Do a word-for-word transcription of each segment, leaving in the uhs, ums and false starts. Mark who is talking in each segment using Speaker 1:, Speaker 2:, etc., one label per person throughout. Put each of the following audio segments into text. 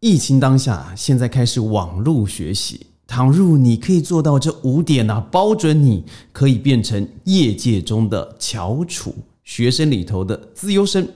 Speaker 1: 疫情当下，现在开始网络学习。倘若你可以做到这五点啊，包准你可以变成业界中的翘楚，学生里头的资优生。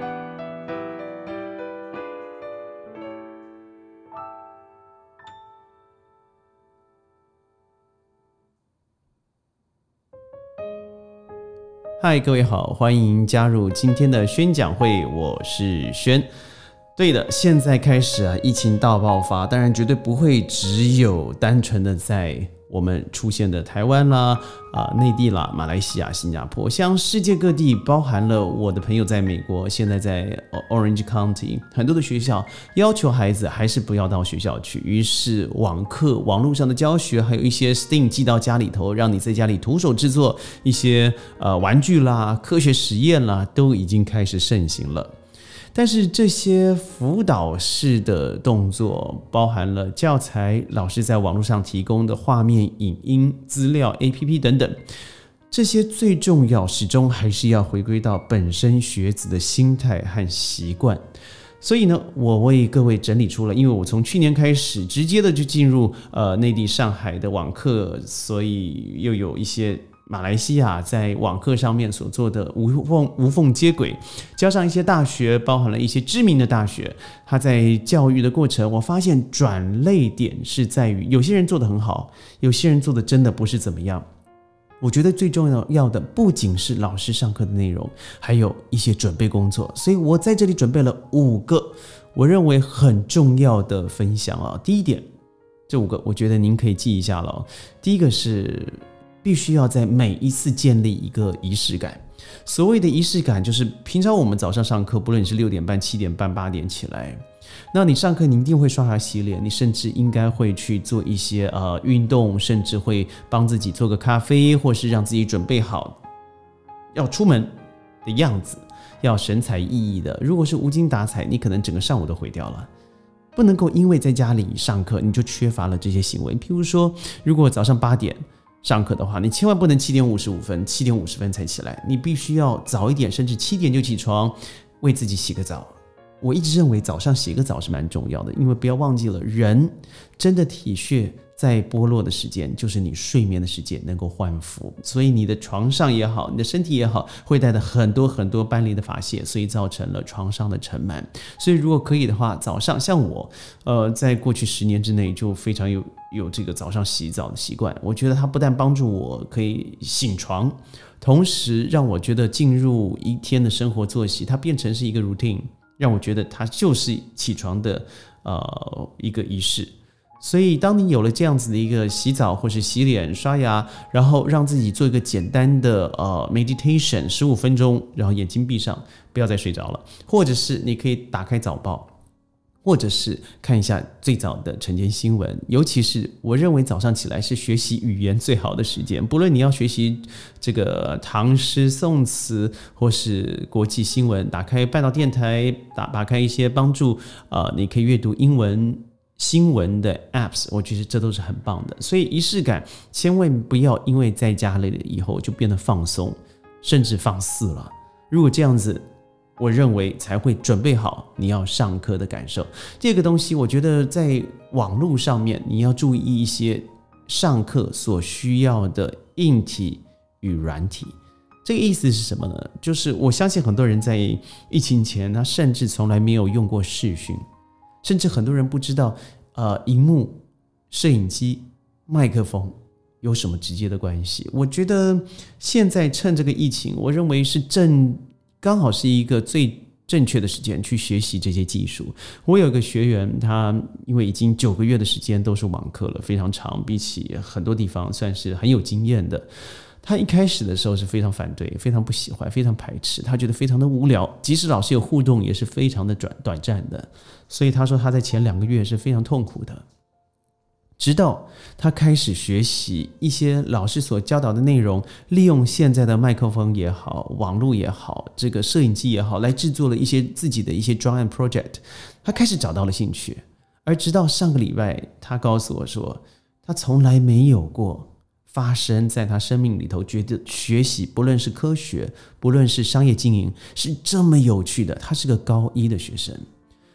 Speaker 1: 嗨，各位好，欢迎加入今天的宣讲会，我是轩。对的，现在开始啊，疫情大爆发，当然绝对不会只有单纯的在我们出现的台湾啦、啊、内地啦、马来西亚、新加坡，像世界各地，包含了我的朋友在美国，现在在 Orange County 很多的学校要求孩子还是不要到学校去，于是网课、网络上的教学，还有一些 STEAM 寄到家里头，让你在家里徒手制作一些呃玩具啦、科学实验啦，都已经开始盛行了。但是这些辅导式的动作包含了教材、老师在网络上提供的画面、影音、资料、A P P 等等，这些最重要，始终还是要回归到本身学子的心态和习惯。所以呢，我为各位整理出了，因为我从去年开始直接的就进入呃内地上海的网课，所以又有一些马来西亚在网课上面所做的无缝无缝接轨，加上一些大学，包含了一些知名的大学，它在教育的过程，我发现转捩点是在于有些人做得很好，有些人做的真的不是怎么样。我觉得最重要的不仅是老师上课的内容，还有一些准备工作，所以我在这里准备了五个我认为很重要的分享啊。第一点，这五个我觉得您可以记一下了。第一个是必须要在每一次建立一个仪式感。所谓的仪式感，就是平常我们早上上课，不论你是六点半、七点半、八点起来，那你上课你一定会刷牙洗脸，你甚至应该会去做一些呃运动，甚至会帮自己做个咖啡，或是让自己准备好要出门的样子，要神采奕奕的。如果是无精打采，你可能整个上午都毁掉了。不能够因为在家里上课你就缺乏了这些行为。譬如说，如果早上八点上课的话，你千万不能七点五十五分、七点五十分才起来，你必须要早一点，甚至七点就起床，为自己洗个澡。我一直认为早上洗个澡是蛮重要的，因为不要忘记了，人真的体血在剥落的时间，就是你睡眠的时间能够焕肤，所以你的床上也好，你的身体也好，会带着很多很多斑离的发屑，所以造成了床上的尘螨。所以如果可以的话，早上像我，呃，在过去十年之内就非常有有这个早上洗澡的习惯。我觉得它不但帮助我可以醒床，同时让我觉得进入一天的生活作息，它变成是一个 routine。让我觉得它就是起床的呃一个仪式。所以当你有了这样子的一个洗澡或是洗脸刷牙，然后让自己做一个简单的呃 meditation 十五分钟，然后眼睛闭上，不要再睡着了，或者是你可以打开早报，或者是看一下最早的晨间新闻。尤其是我认为早上起来是学习语言最好的时间，不论你要学习这个唐诗宋词或是国际新闻，打开半岛电台， 打, 打开一些帮助呃你可以阅读英文新闻的 apps， 我觉得这都是很棒的。所以仪式感千万不要因为在家里以后就变得放松，甚至放肆了。如果这样子，我认为才会准备好你要上课的感受。第二个东西，我觉得在网络上面你要注意一些上课所需要的硬体与软体。这个意思是什么呢？就是我相信很多人在疫情前，他甚至从来没有用过视讯，甚至很多人不知道呃，萤幕、摄影机、麦克风有什么直接的关系。我觉得现在趁这个疫情，我认为是正刚好是一个最正确的时间去学习这些技术。我有一个学员，他因为已经九个月的时间都是网课了，非常长，比起很多地方算是很有经验的。他一开始的时候是非常反对，非常不喜欢，非常排斥，他觉得非常的无聊，即使老师有互动也是非常的短暂的。所以他说他在前两个月是非常痛苦的。直到他开始学习一些老师所教导的内容，利用现在的麦克风也好，网络也好，这个摄影机也好，来制作了一些自己的一些专案 project， 他开始找到了兴趣。而直到上个礼拜，他告诉我说，他从来没有过发生在他生命里头，觉得学习不论是科学，不论是商业经营，是这么有趣的。他是个高一的学生，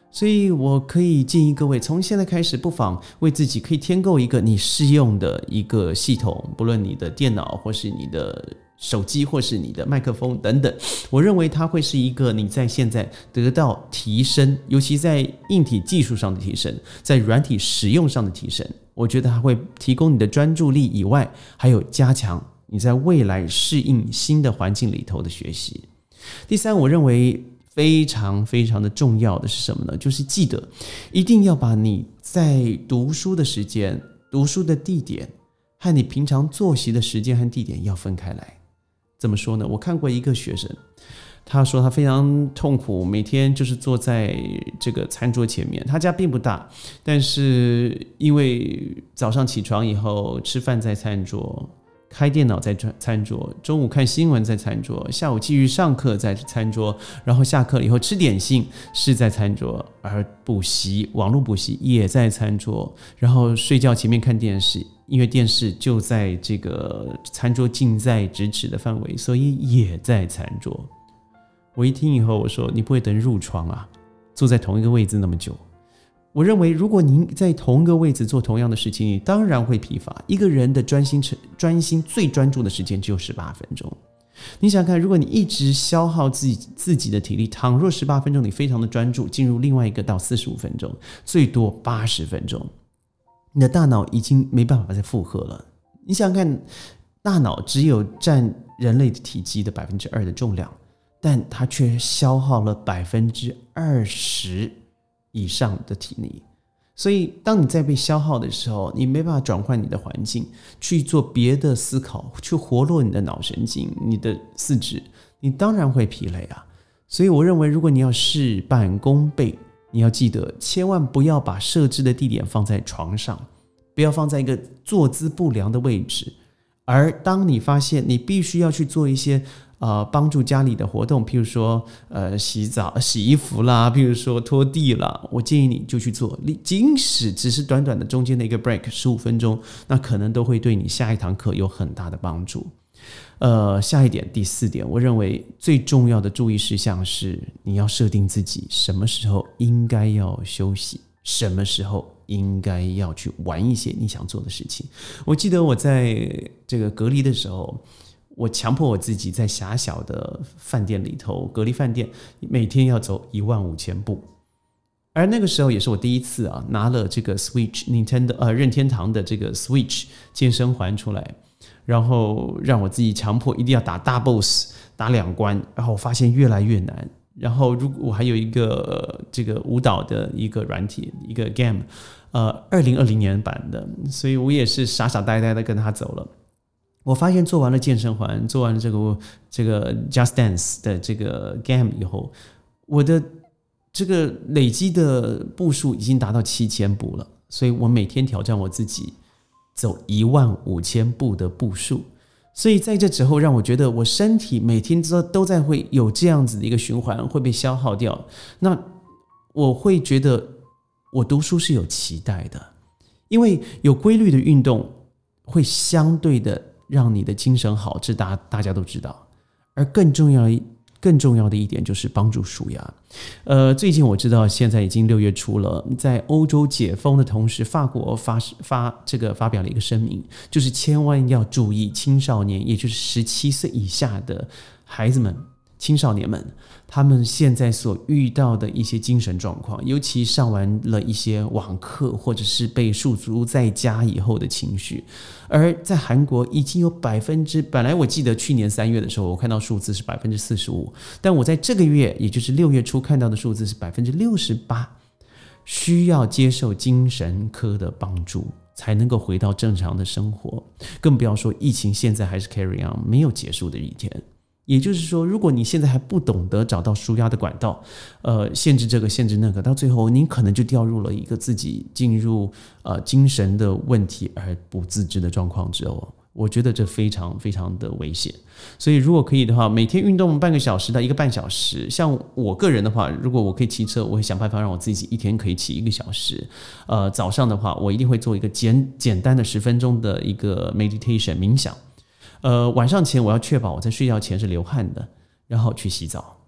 Speaker 1: 所以我可以建议各位，从现在开始，不妨为自己可以添购一个你适用的一个系统，不论你的电脑或是你的手机或是你的麦克风等等，我认为它会是一个你在现在得到提升，尤其在硬体技术上的提升，在软体使用上的提升，我觉得它会提供你的专注力以外，还有加强你在未来适应新的环境里头的学习。第三，我认为非常非常的重要的是什么呢？就是记得一定要把你在读书的时间、读书的地点和你平常作息的时间和地点要分开来。怎么说呢？我看过一个学生，他说他非常痛苦，每天就是坐在这个餐桌前面。他家并不大，但是因为早上起床以后吃饭在餐桌，开电脑在餐桌，中午看新闻在餐桌，下午继续上课在餐桌，然后下课了以后吃点心是在餐桌，而补习网络补习也在餐桌，然后睡觉前面看电视，因为电视就在这个餐桌近在咫尺的范围，所以也在餐桌。我一听以后我说，你不会等褥疮啊，坐在同一个位置那么久。我认为如果您在同一个位置做同样的事情，你当然会疲乏。一个人的专心专心最专注的时间只有十八分钟。你想看，如果你一直消耗自己自己的体力，倘若十八分钟你非常的专注，进入另外一个到四十五分钟，最多八十分钟，你的大脑已经没办法再负荷了。你想看，大脑只有占人类的体积的百分之二的重量，但它却消耗了百分之二十。以上的体力，所以当你在被消耗的时候，你没办法转换你的环境去做别的思考，去活络你的脑神经、你的四肢，你当然会疲累啊。所以我认为，如果你要事半功倍，你要记得千万不要把设置的地点放在床上，不要放在一个坐姿不良的位置，而当你发现你必须要去做一些呃，帮助家里的活动，譬如说呃洗澡、洗衣服啦，譬如说拖地啦，我建议你就去做，即使只是短短的中间的一个 break 十五分钟，那可能都会对你下一堂课有很大的帮助。呃，下一点，第四点，我认为最重要的注意事项是，你要设定自己什么时候应该要休息，什么时候应该要去玩一些你想做的事情。我记得我在这个隔离的时候，我强迫我自己在狭小的饭店里头，隔离饭店每天要走一万五千步，而那个时候也是我第一次啊拿了这个 Switch Nintendo 呃任天堂的这个 Switch 健身环出来，然后让我自己强迫一定要打大 boss 打两关，然后我发现越来越难。然后如果我还有一个、呃、这个舞蹈的一个软体一个 game， 呃二零二零年版的，所以我也是傻傻呆呆的跟他走了。我发现做完了健身环，做完了这个这个 Just Dance 的这个 game 以后，我的这个累积的步数已经达到七千步了，所以我每天挑战我自己走一万五千步的步数。所以在这之后，让我觉得我身体每天都在会有这样子的一个循环，会被消耗掉。那我会觉得我读书是有期待的，因为有规律的运动会相对的让你的精神好，这大大家都知道。而更重要更重要的一点就是帮助舒压。呃，最近我知道现在已经六月初了，在欧洲解封的同时，法国发发这个发表了一个声明，就是千万要注意青少年，也就是十七岁以下的孩子们、青少年们，他们现在所遇到的一些精神状况，尤其上完了一些网课或者是被束缚在家以后的情绪。而在韩国已经有百分之，本来我记得去年三月的时候，我看到数字是百分之四十五，但我在这个月，也就是六月初看到的数字是百分之六十八，需要接受精神科的帮助，才能够回到正常的生活。更不要说疫情现在还是 carry on， 没有结束的一天。也就是说，如果你现在还不懂得找到抒压的管道，呃，限制这个限制那个，到最后你可能就掉入了一个自己进入呃精神的问题而不自知的状况之后，我觉得这非常非常的危险。所以如果可以的话，每天运动半个小时到一个半小时。像我个人的话，如果我可以骑车，我会想办法让我自己一天可以骑一个小时。呃，早上的话，我一定会做一个简简单的十分钟的一个 meditation 冥想。呃，晚上前我要确保我在睡觉前是流汗的，然后去洗澡，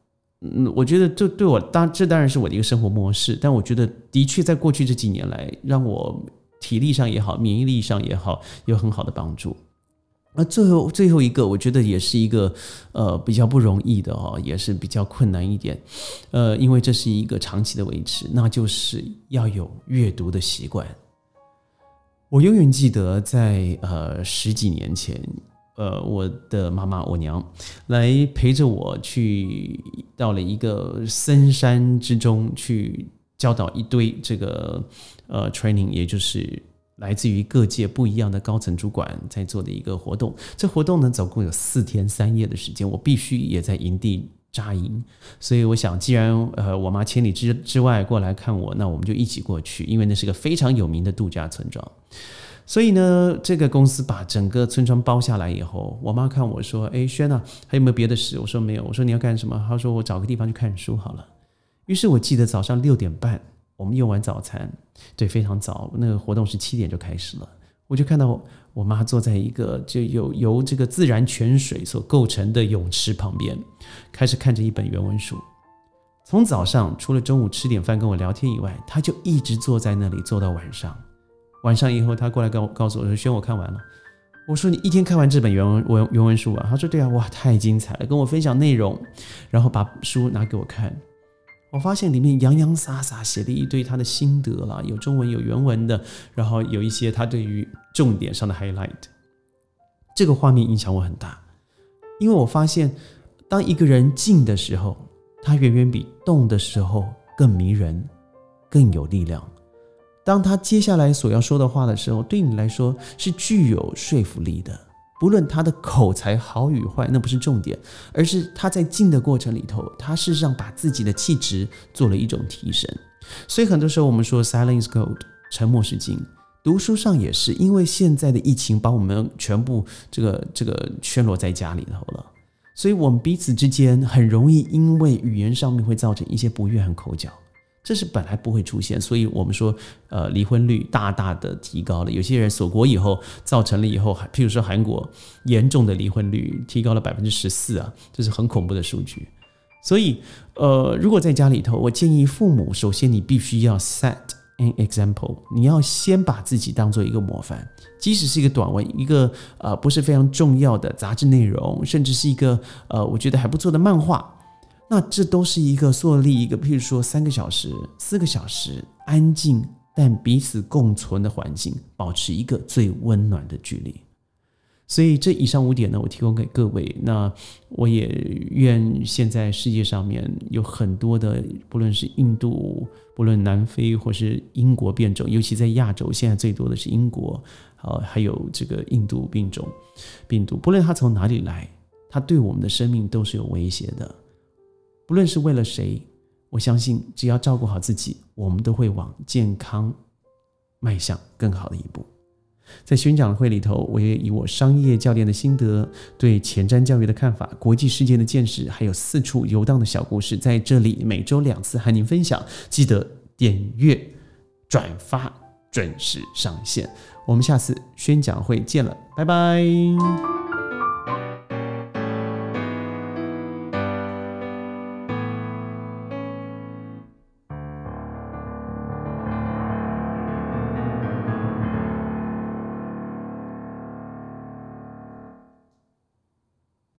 Speaker 1: 嗯，我觉得这对我当这当然是我的一个生活模式，但我觉得的确在过去这几年来，让我体力上也好，免疫力上也好，有很好的帮助。那最后最后一个，我觉得也是一个呃比较不容易的哦，也是比较困难一点，呃，因为这是一个长期的维持，那就是要有阅读的习惯。我永远记得在呃十几年前。呃，我的妈妈，我娘来陪着我去到了一个深山之中，去教导一堆这个呃 training， 也就是来自于各界不一样的高层主管在做的一个活动。这活动呢，总共有四天三夜的时间，我必须也在营地扎营，所以我想，既然呃我妈千里之之外过来看我，那我们就一起过去，因为那是个非常有名的度假村庄。所以呢，这个公司把整个村庄包下来以后，我妈看我说：“哎，轩啊，还有没有别的事？”我说：“没有。”我说：“你要干什么？”她说：“我找个地方去看书好了。”于是我记得早上六点半，我们用完早餐，对，非常早，那个活动是七点就开始了。我就看到我妈坐在一个就有由这个自然泉水所构成的泳池旁边，开始看着一本原文书。从早上除了中午吃点饭跟我聊天以外，她就一直坐在那里，坐到晚上。晚上以后，他过来告告诉我说：“轩，我看完了。”我说：“你一天看完这本原文原文书啊？”他说：“对啊，哇，太精彩了！”跟我分享内容，然后把书拿给我看。我发现里面洋洋洒洒写了一堆他的心得啦，有中文有原文的，然后有一些他对于重点上的 highlight。这个画面影响我很大，因为我发现，当一个人静的时候，他远远比动的时候更迷人，更有力量。当他接下来所要说的话的时候，对你来说是具有说服力的。不论他的口才好与坏，那不是重点，而是他在静的过程里头，他事实上把自己的气质做了一种提升。所以很多时候我们说 silence is gold， 沉默是金。读书上也是，因为现在的疫情把我们全部这个这个圈罗在家里头了，所以我们彼此之间很容易因为语言上面会造成一些不悦和口角。这是本来不会出现，所以我们说，呃，离婚率大大的提高了。有些人锁国以后，造成了以后，譬如说韩国严重的离婚率提高了百分之十四啊，这是很恐怖的数据。所以，呃，如果在家里头，我建议父母，首先你必须要 set an example， 你要先把自己当做一个模范，即使是一个短文，一个呃不是非常重要的杂志内容，甚至是一个呃我觉得还不错的漫画。那这都是一个树立一个，譬如说三个小时、四个小时安静但彼此共存的环境，保持一个最温暖的距离。所以这以上五点呢，我提供给各位。那我也愿现在世界上面有很多的，不论是印度、不论南非或是英国变种，尤其在亚洲，现在最多的是英国，还有这个印度变种病毒，不论它从哪里来，它对我们的生命都是有威胁的。不论是为了谁，我相信只要照顾好自己，我们都会往健康迈向更好的一步。在宣讲会里头，我也以我商业教练的心得，对前瞻教育的看法，国际事件的见识，还有四处游荡的小故事，在这里每周两次和您分享。记得点阅、转发，准时上线。我们下次宣讲会见了，拜拜。